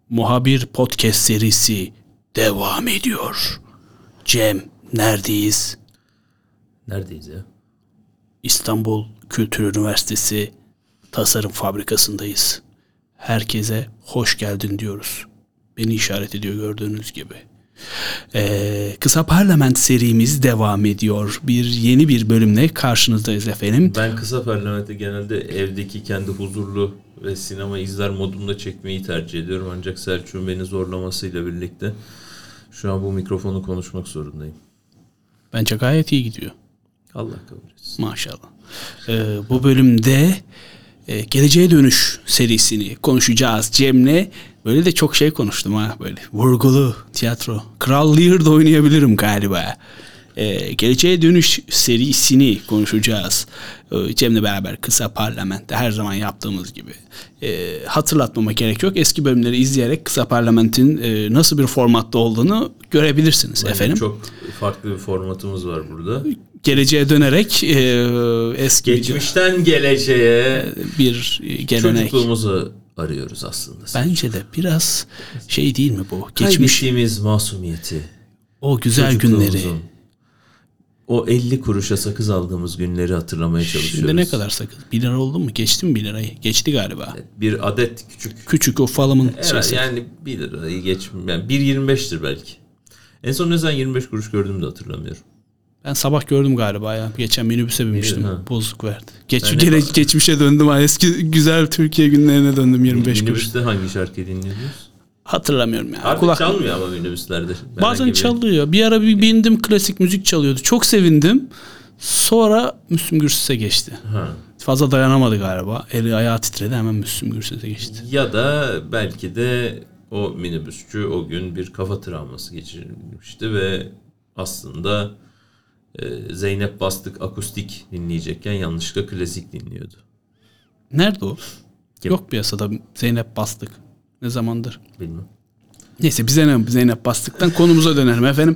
Muhabir Podcast serisi devam ediyor. Cem, neredeyiz? Neredeyiz ya? İstanbul Kültür Üniversitesi Tasarım Fabrikası'ndayız. Herkese hoş geldin diyoruz. Beni işaret ediyor gördüğünüz gibi. Kısa Parlament serimiz devam ediyor. Yeni bir bölümle karşınızdayız efendim. Ben Kısa Parlament'i genelde evdeki kendi huzurlu ve sinema izler modunda çekmeyi tercih ediyorum. Ancak Selçuk'un beni zorlamasıyla birlikte şu an bu mikrofonu konuşmak zorundayım. Bence gayet iyi gidiyor. Allah kabul etsin. Maşallah. Bu bölümde Geleceğe Dönüş serisini konuşacağız Cem'le. Böyle de çok şey konuştum ha, böyle vurgulu tiyatro. Kral Lear'da oynayabilirim galiba. Geleceğe Dönüş serisini konuşacağız. Cem'le beraber Kısa Parlament'te her zaman yaptığımız gibi. Hatırlatmama gerek yok. Eski bölümleri izleyerek Kısa Parlament'in nasıl bir formatta olduğunu görebilirsiniz efendim. Çok farklı bir formatımız var burada. Geleceğe dönerek eski geçmişten geleceğe bir gelenek. Çocukluğumuzu arıyoruz aslında. Bence de biraz şey değil mi bu? Kaybettiğimiz masumiyeti. O güzel günleri. O 50 kuruşa sakız aldığımız günleri hatırlamaya çalışıyoruz. Şimdi ne kadar sakız? 1 lira oldu mu? Geçti mi 1 lirayı? Geçti galiba. Evet, bir adet küçük. Küçük o falımın şeysi. Yani 1 lirayı yani 1.25'tir belki. En son ne zaman 25 kuruş gördüğümü de hatırlamıyorum. Ben sabah gördüm galiba ya. Geçen minibüse binmiştim. Bozuk verdi. Geçmişe döndüm. Eski güzel Türkiye günlerine döndüm 25 kuruş. Minibüste hangi şarkıyı dinliyorsunuz? Hatırlamıyorum ya. Artık çalmıyor ama minibüslerde. Bazen çalıyor. Bir ara bir bindim, klasik müzik çalıyordu. Çok sevindim. Sonra Müslüm Gürses'e geçti. Fazla dayanamadı galiba. Eli ayağı titredi, hemen Müslüm Gürses'e geçti. Ya da belki de o minibüsçü o gün bir kafa travması geçirmişti ve aslında Zeynep Bastık akustik dinleyecekken yanlışlıkla klasik dinliyordu. Nerede o? Yok piyasada Zeynep Bastık. Ne zamandır? Bilmem. Neyse bize ne Zeynep Bastık'tan konumuza dönelim efendim.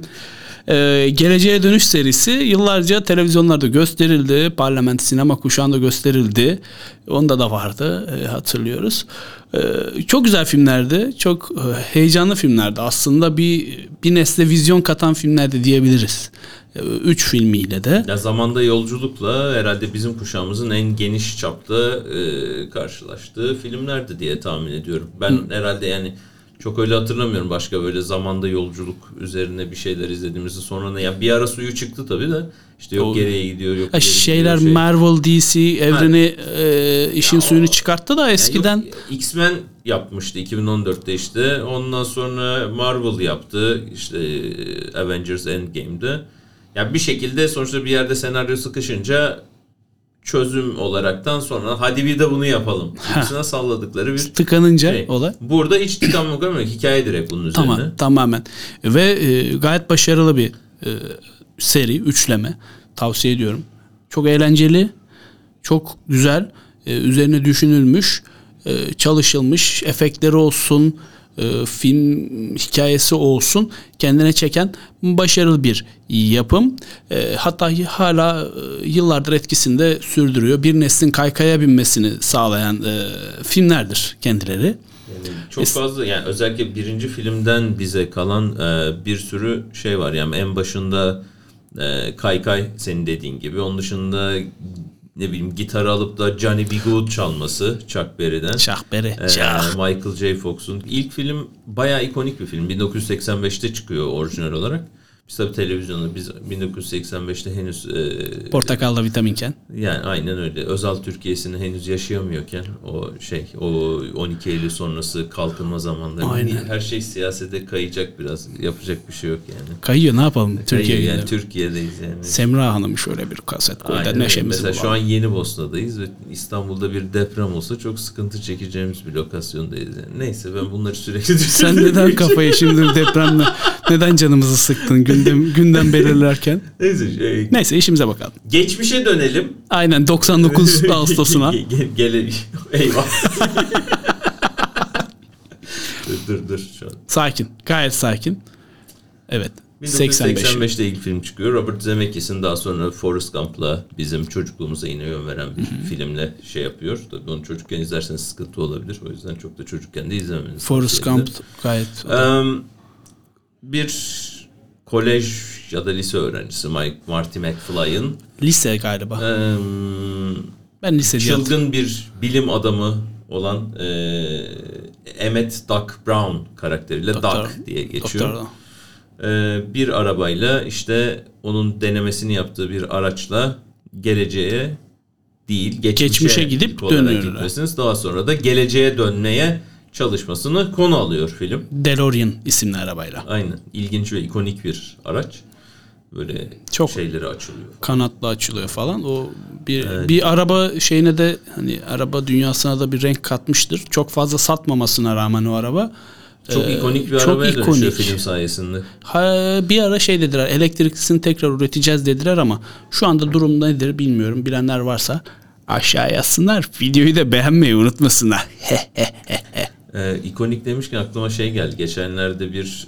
Geleceğe Dönüş serisi yıllarca televizyonlarda gösterildi. Parlament sinema kuşağında gösterildi. Onda da vardı, hatırlıyoruz. Çok güzel filmlerdi. Çok heyecanlı filmlerdi. Aslında bir nesle vizyon katan filmlerdi diyebiliriz. 3 filmiyle de. Ya zamanda yolculukla herhalde bizim kuşağımızın en geniş çapta karşılaştığı filmlerdi diye tahmin ediyorum. Ben herhalde yani çok öyle hatırlamıyorum başka böyle zamanda yolculuk üzerine bir şeyler izlediğimizi. Sonra ne ya bir ara suyu çıktı tabii de işte yok geriye gidiyor yok şeyler gidiyor, Marvel DC evreni işin suyunu çıkarttı da eskiden. Yani X-Men yapmıştı 2014'te işte. Ondan sonra Marvel yaptı işte Avengers Endgame'de. Ya bir şekilde sonuçta bir yerde senaryo sıkışınca çözüm olaraktan sonra hadi bir de bunu yapalım. Hepsine salladıkları bir tıkanınca şey. Olay. Burada hiç tıkanmak yok. Hikaye direkt bunun üzerine. Tamamen. Ve gayet başarılı bir seri, üçleme. Tavsiye ediyorum. Çok eğlenceli, çok güzel, üzerine düşünülmüş, çalışılmış, efektleri olsun, film hikayesi olsun, kendine çeken başarılı bir yapım. Hatta hala yıllardır etkisini sürdürüyor. Bir neslin kaykaya binmesini sağlayan filmlerdir kendileri. Yani çok fazla yani özellikle birinci filmden bize kalan bir sürü şey var. Yani en başında kaykay senin dediğin gibi. Onun dışında ne bileyim gitarı alıp da Johnny B. Good çalması Chuck Berry'den. Chuck Berry. Michael J. Fox'un. İlk film bayağı ikonik bir film. 1985'te çıkıyor orijinal olarak. Biz tabii televizyonda biz 1985'te henüz portakalla vitaminken. Yani aynen öyle. Özal Türkiye'sini henüz yaşayamıyorken o 12 Eylül sonrası kalkınma zamanları her şey siyasete kayacak biraz. Yapacak bir şey yok yani. Kayıyor ne yapalım Türkiye'de. Yani Türkiye'deyiz yani. Semra Hanım şöyle bir kaset koydu. Neşemiz mesela şu an Yenibosna'dayız ve İstanbul'da bir deprem olsa çok sıkıntı çekeceğimiz bir lokasyondayız yani. Neyse ben bunları sürekli sen neden kafayı şimdi depremle neden canımızı sıktın gündem belirlerken? Neyse işimize bakalım. Geçmişe dönelim. Aynen 99 Ağustos'una. Eyvah. dur şu an. Sakin. Gayet sakin. Evet. 1985'te ilk film çıkıyor. Robert Zemeckis'in daha sonra Forrest Gump'la bizim çocukluğumuza yine yön veren bir filmle şey yapıyor. Tabii onu çocukken izlerseniz sıkıntı olabilir. O yüzden çok da çocukken de izlememeniz. Forrest Gump gayet... Bir kolej ya da lise öğrencisi Marty McFly'ın lise galiba. Ben lise diye çılgın bir bilim adamı olan Emmett Doc Brown karakteriyle Doc diye geçiyor. Bir arabayla işte onun denemesini yaptığı bir araçla geleceğe değil geçmişe gidip dönüyor. Daha sonra da geleceğe dönmeye çalışmasını konu alıyor film. DeLorean isimli arabayla. Aynen. İlginç ve ikonik bir araç. Böyle çok şeyleri açılıyor. Kanatlı açılıyor falan. O bir araba şeyine de hani araba dünyasına da bir renk katmıştır. Çok fazla satmamasına rağmen o araba çok ikonik bir arabaya dönüşüyor film sayesinde. Bir ara şey dediler, elektriklisini tekrar üreteceğiz dediler ama şu anda durum nedir bilmiyorum. Bilenler varsa aşağı yazsınlar. Videoyu da beğenmeyi unutmasınlar. İkonik demişken aklıma şey geldi. Geçenlerde bir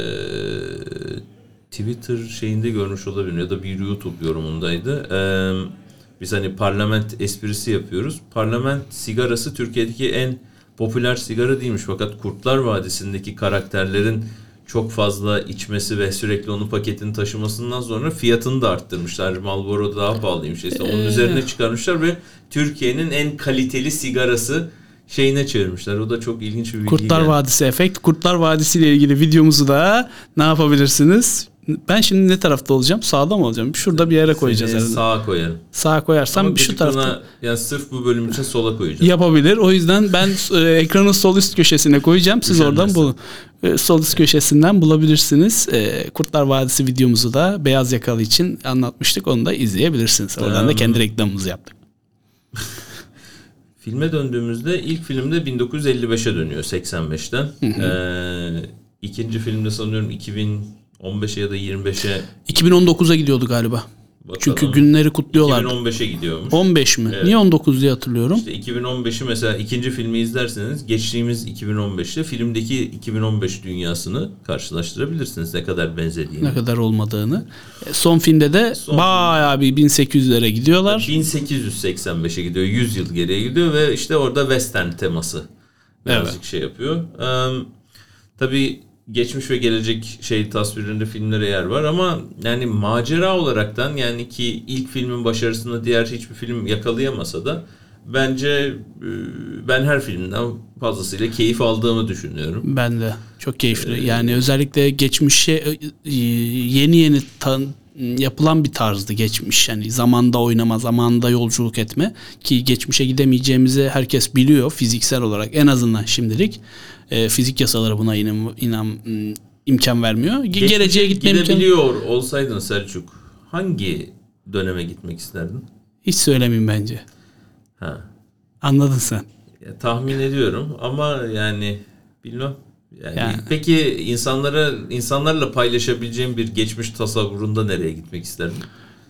Twitter şeyinde görmüş olabilirim ya da bir YouTube yorumundaydı. Biz hani parlament esprisi yapıyoruz. Parlament sigarası Türkiye'deki en popüler sigara değilmiş. Fakat Kurtlar Vadisi'ndeki karakterlerin çok fazla içmesi ve sürekli onun paketini taşımasından sonra fiyatını da arttırmışlar. Marlboro daha pahalıymış. İşte onun üzerine çıkarmışlar ve Türkiye'nin en kaliteli sigarası şeyine çevirmişler. O da çok ilginç bir bilgi. Kurtlar Vadisi efekt. Kurtlar Vadisi ile ilgili videomuzu da ne yapabilirsiniz? Ben şimdi ne tarafta olacağım? Sağda mı olacağım? Şurada bir yere koyacağız herhalde. Sağa koyarım. Sağa koyarsam ama şu tarafta. Yani sırf bu bölüm için sola koyacağım. Yapabilir. O yüzden ben ekranın sol üst köşesine koyacağım. Siz oradan bulun. Sol üst köşesinden bulabilirsiniz. Kurtlar Vadisi videomuzu da Beyaz Yakalı için anlatmıştık. Onu da izleyebilirsiniz. Oradan da kendi reklamımızı yaptık. Filme döndüğümüzde ilk filmde 1955'e dönüyor 85'ten. İkinci filmde sanıyorum 2015'e ya da 25'e 2019'a gidiyordu galiba. Bakalım. Çünkü günleri kutluyorlar. 2015'e gidiyormuş. 15 mi? Evet. Niye 19 diye hatırlıyorum? İşte 2015'i mesela ikinci filmi izlerseniz geçtiğimiz 2015'te filmdeki 2015 dünyasını karşılaştırabilirsiniz. Ne kadar benzediğini. Ne kadar olmadığını. Son filmde de bayağı bir 1800'lere gidiyorlar. 1885'e gidiyor. 100 yıl geriye gidiyor ve işte orada western teması birazcık şey yapıyor. Tabii geçmiş ve gelecek tasvirlerinde filmlere yer var ama yani macera olaraktan yani ki ilk filmin başarısını diğer hiçbir film yakalayamasa da bence ben her filmden fazlasıyla keyif aldığımı düşünüyorum. Ben de çok keyifli. Yani özellikle geçmişe yeni yapılan bir tarzdı geçmiş. Yani zamanda oynama, zamanda yolculuk etme ki geçmişe gidemeyeceğimizi herkes biliyor fiziksel olarak en azından şimdilik. Fizik yasaları buna imkan vermiyor. Geleceğe gitme gidebiliyor olsaydın Selçuk hangi döneme gitmek isterdin? Hiç söylemeyeyim bence. Anladın sen. Ya, tahmin ediyorum ama yani bilmem. Yani. Peki insanlarla paylaşabileceğim bir geçmiş tasavvurunda nereye gitmek isterdin?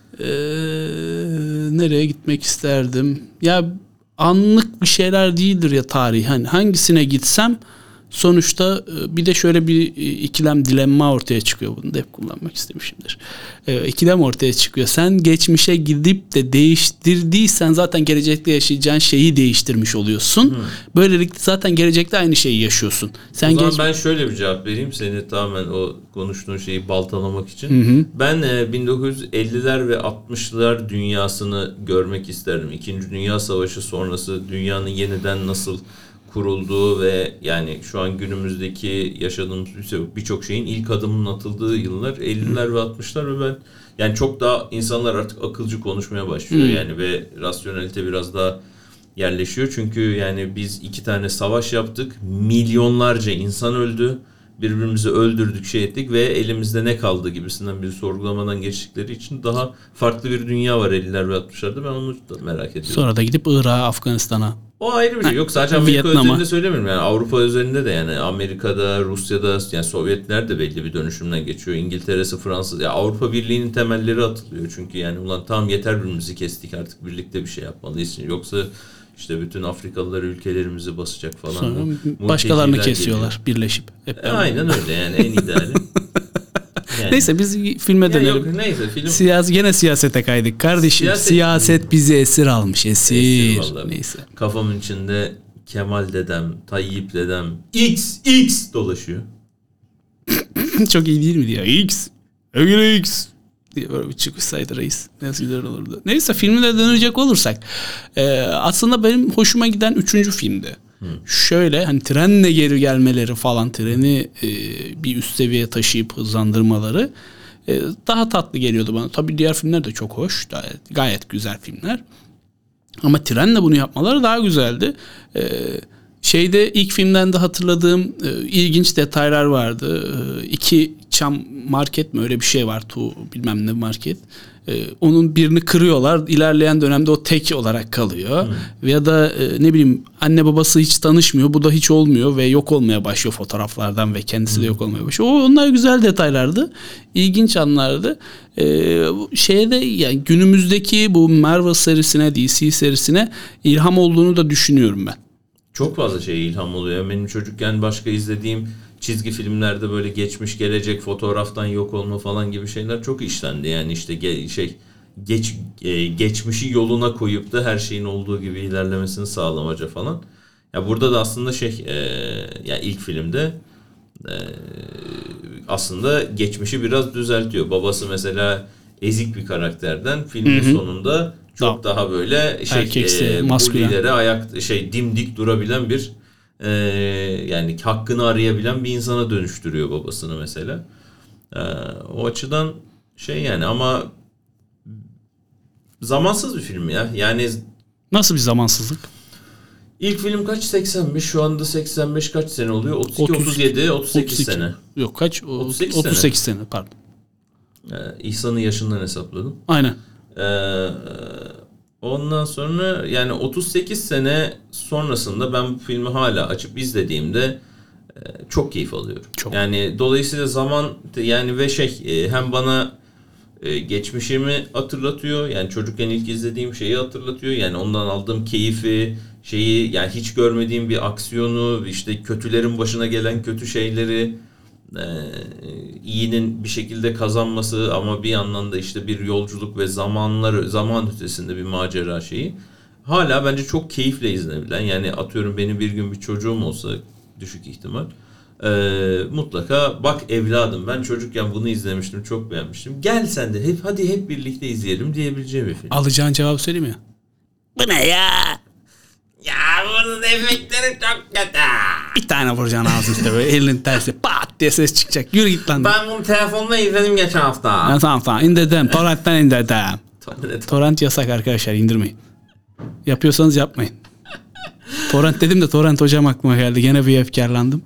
Nereye gitmek isterdim? Ya anlık bir şeyler değildir ya tarih. Hani hangisine gitsem sonuçta bir de şöyle bir dilemma ortaya çıkıyor. Bunu da hep kullanmak istemişimdir. İkilem ortaya çıkıyor. Sen geçmişe gidip de değiştirdiysen zaten gelecekte yaşayacağın şeyi değiştirmiş oluyorsun. Böylelikle zaten gelecekte aynı şeyi yaşıyorsun. O zaman ben şöyle bir cevap vereyim seni tamamen o konuştuğun şeyi baltalamak için. Ben 1950'ler ve 60'lar dünyasını görmek isterdim. İkinci Dünya Savaşı sonrası dünyanın yeniden nasıl kurulduğu ve yani şu an günümüzdeki yaşadığımız birçok şeyin ilk adımının atıldığı yıllar 50'ler ve 60'lar ve ben yani çok daha insanlar artık akılcı konuşmaya başlıyor yani ve rasyonelite biraz daha yerleşiyor çünkü yani biz 2 tane savaş yaptık, milyonlarca insan öldü, birbirimizi öldürdük, şey ettik ve elimizde ne kaldı gibisinden bir sorgulamadan geçtikleri için daha farklı bir dünya var 50'ler ve 60'larda, ben onu da merak ediyorum. Sonra da gidip Irak'a, Afganistan'a. O ayrı bir şey. Yok sadece Amerika üzerinde söylemiyorum. Yani Avrupa üzerinde de yani Amerika'da, Rusya'da yani Sovyetler de belli bir dönüşümden geçiyor. İngiltere'si, Fransa. Ya Avrupa Birliği'nin temelleri atılıyor. Çünkü yani ulan tamam yeter birbirimizi kestik artık birlikte bir şey yapmalıyız. Yoksa işte bütün Afrikalılar ülkelerimizi basacak falan. Sonra başkalarını kesiyorlar geliyor. Birleşip. Aynen öyle yani en ideali. Yani. Neyse biz filme Ya dönelim. yok, neyse film. Gene siyasete kaydık. Kardeşim siyaset bizi esir almış. Esir. vallahi. Neyse. Kafamın içinde Kemal dedem, Tayyip dedem, X dolaşıyor. Çok iyi değil mi diyor. X. Öyle X. Diye böyle bir çıkışsaydı reis. Nasıl güzel olurdu. Neyse filmine dönecek olursak. Aslında benim hoşuma giden 3. filmdi. Şöyle hani trenle geri gelmeleri falan, treni bir üst seviyeye taşıyıp hızlandırmaları daha tatlı geliyordu bana. Tabii diğer filmler de çok hoş. Gayet güzel filmler. Ama trenle bunu yapmaları daha güzeldi. Şeyde ilk filmden de hatırladığım ilginç detaylar vardı. 2 çam market mi öyle bir şey var. Bilmem ne market. Onun birini kırıyorlar. İlerleyen dönemde o tek olarak kalıyor. Ya da ne bileyim anne babası hiç tanışmıyor. Bu da hiç olmuyor ve yok olmaya başlıyor fotoğraflardan ve kendisi de yok olmaya başlıyor. Onlar güzel detaylardı. İlginç anlardı. Şeyde yani günümüzdeki bu Marvel serisine, DC serisine ilham olduğunu da düşünüyorum ben. Çok fazla şey ilham oluyor. Benim çocukken başka izlediğim çizgi filmlerde böyle geçmiş gelecek fotoğraftan yok olma falan gibi şeyler çok işlendi. Yani işte geçmişi yoluna koyup da her şeyin olduğu gibi ilerlemesini sağlamaca falan. Ya burada da aslında ya ilk filmde aslında geçmişi biraz düzeltiyor. Babası mesela ezik bir karakterden filmin sonunda çok daha böyle bullilere dimdik durabilen bir yani hakkını arayabilen bir insana dönüştürüyor babasını mesela. O açıdan yani ama zamansız bir film ya. Yani nasıl bir zamansızlık? İlk film kaç? 85. Şu anda 85 kaç sene oluyor? 32, 37, 38 sene. Yok kaç? 38 sene pardon. İhsan'ın yaşından hesapladım. Aynen. Ondan sonra yani 38 sene sonrasında ben bu filmi hala açıp izlediğimde çok keyif alıyorum. Çok. Yani dolayısıyla zaman yani ve hem bana geçmişimi hatırlatıyor. Yani çocukken ilk izlediğim şeyi hatırlatıyor. Yani ondan aldığım keyfi, yani hiç görmediğim bir aksiyonu, işte kötülerin başına gelen kötü şeyleri, iyinin bir şekilde kazanması ama bir yandan da işte bir yolculuk ve zaman ötesinde bir macera şeyi. Hala bence çok keyifle izlenebilen. Yani atıyorum benim bir gün bir çocuğum olsa, düşük ihtimal, mutlaka bak evladım ben çocukken bunu izlemiştim, çok beğenmiştim. Gel sen de hadi hep birlikte izleyelim diyebileceğim bir film. Alacağın cevap söyleyeyim mi? Bu ne ya? Ya bunun efektleri çok kötü. Bir tane vuracaksın ağzını işte böyle elinin tersi pat diye ses çıkacak. Yürü git lan. Ben bunu telefonla izledim geçen hafta. Ya, tamam indirdim. Torrent'ten indirdim. Torrent yasak arkadaşlar, indirmeyin. Yapıyorsanız yapmayın. Torrent dedim de Torrent hocam aklıma geldi. Gene bir efkarlandım.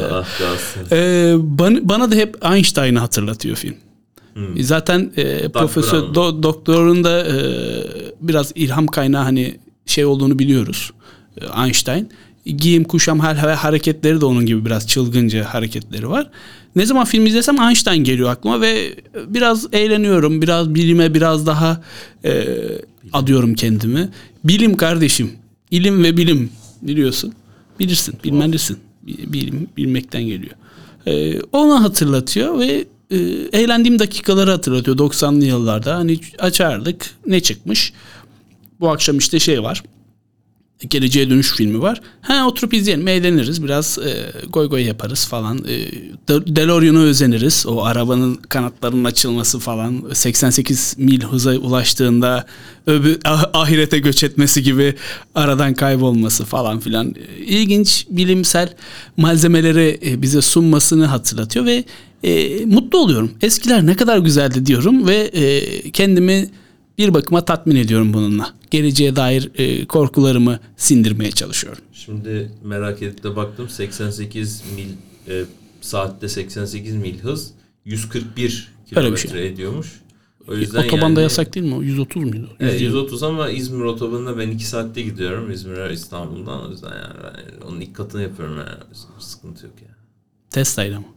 Bana da hep Einstein'ı hatırlatıyor film. Zaten Profesör Doktor'un da biraz ilham kaynağı hani olduğunu biliyoruz. Einstein. Giyim, kuşam, hal ve hareketleri de onun gibi biraz çılgınca hareketleri var. Ne zaman film izlesem Einstein geliyor aklıma ve biraz eğleniyorum. Biraz bilime biraz daha adıyorum kendimi. Bilim kardeşim. İlim ve bilim biliyorsun. Bilirsin, bilmelisin. Bilim bilmekten geliyor. Onu hatırlatıyor ve eğlendiğim dakikaları hatırlatıyor 90'lı yıllarda. Hani açardık, ne çıkmış? Bu akşam işte var. Geleceğe Dönüş filmi var. Oturup izleyelim, eğleniriz. Biraz goy goy yaparız falan. DeLorean'a özeniriz. O arabanın kanatlarının açılması falan. 88 mil hıza ulaştığında ahirete göç etmesi gibi aradan kaybolması falan filan. İlginç bilimsel malzemeleri bize sunmasını hatırlatıyor ve mutlu oluyorum. Eskiler ne kadar güzeldi diyorum ve kendimi bir bakıma tatmin ediyorum bununla. Geleceğe dair korkularımı sindirmeye çalışıyorum. Şimdi merak edip de baktım 88 mil saatte 88 mil hız 141 kilometre ediyormuş. O yüzden otobanda yasak değil mi o? 130 muydu? 130 ama İzmir otobanında ben 2 saatte gidiyorum. İzmir'e İstanbul'dan, o yüzden yani onun ilk katını yapıyorum yani. Sıkıntı yok yani. Tesla'yla mı?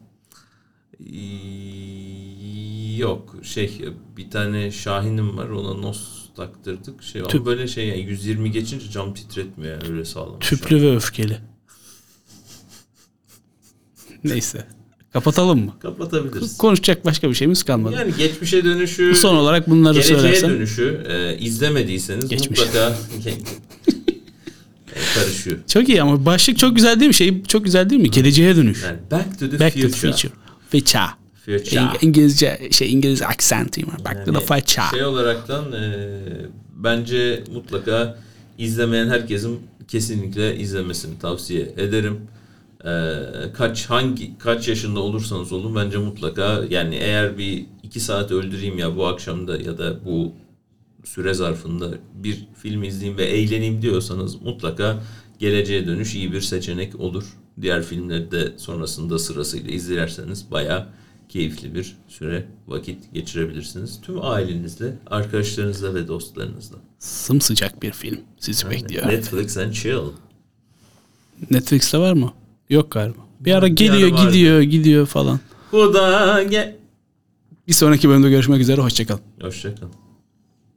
Yok bir tane Şahin'im var, ona nos taktırdık ama böyle yani 120 geçince cam titretmiyor yani, öyle sağlam. Tüplü ve öfkeli. Neyse. Kapatalım mı? Kapatabiliriz. Konuşacak başka bir şeyimiz kalmadı. Yani geçmişe dönüşü, Son olarak bunları geleceğe söylersem. dönüşü izlemediyseniz Geçmiş. mutlaka karışıyor. Çok iyi ama başlık çok güzel değil mi? Şey çok güzel değil mi? Geleceğe dönüş. Yani Back to the Back Future. to the Future. Future. Future. İngilizce İngiliz aksenti var. Back to the future. Şey olaraktan bence mutlaka izlemeyen herkesin kesinlikle izlemesini tavsiye ederim. Kaç yaşında olursanız olun bence mutlaka, yani eğer bir 2 saat öldüreyim ya bu akşamda ya da bu süre zarfında bir film izleyeyim ve eğleneyim diyorsanız mutlaka Geleceğe Dönüş iyi bir seçenek olur. Diğer filmleri de sonrasında sırasıyla izlerseniz bayağı keyifli bir süre vakit geçirebilirsiniz. Tüm ailenizle, arkadaşlarınızla ve dostlarınızla. Sımsıcak bir film sizi bekliyor. Netflix and chill. Netflix'te var mı? Yok galiba. Bir ara Bir geliyor, ara vardı. gidiyor falan. Bu da Bir sonraki bölümde görüşmek üzere. Hoşçakalın. Hoşçakalın.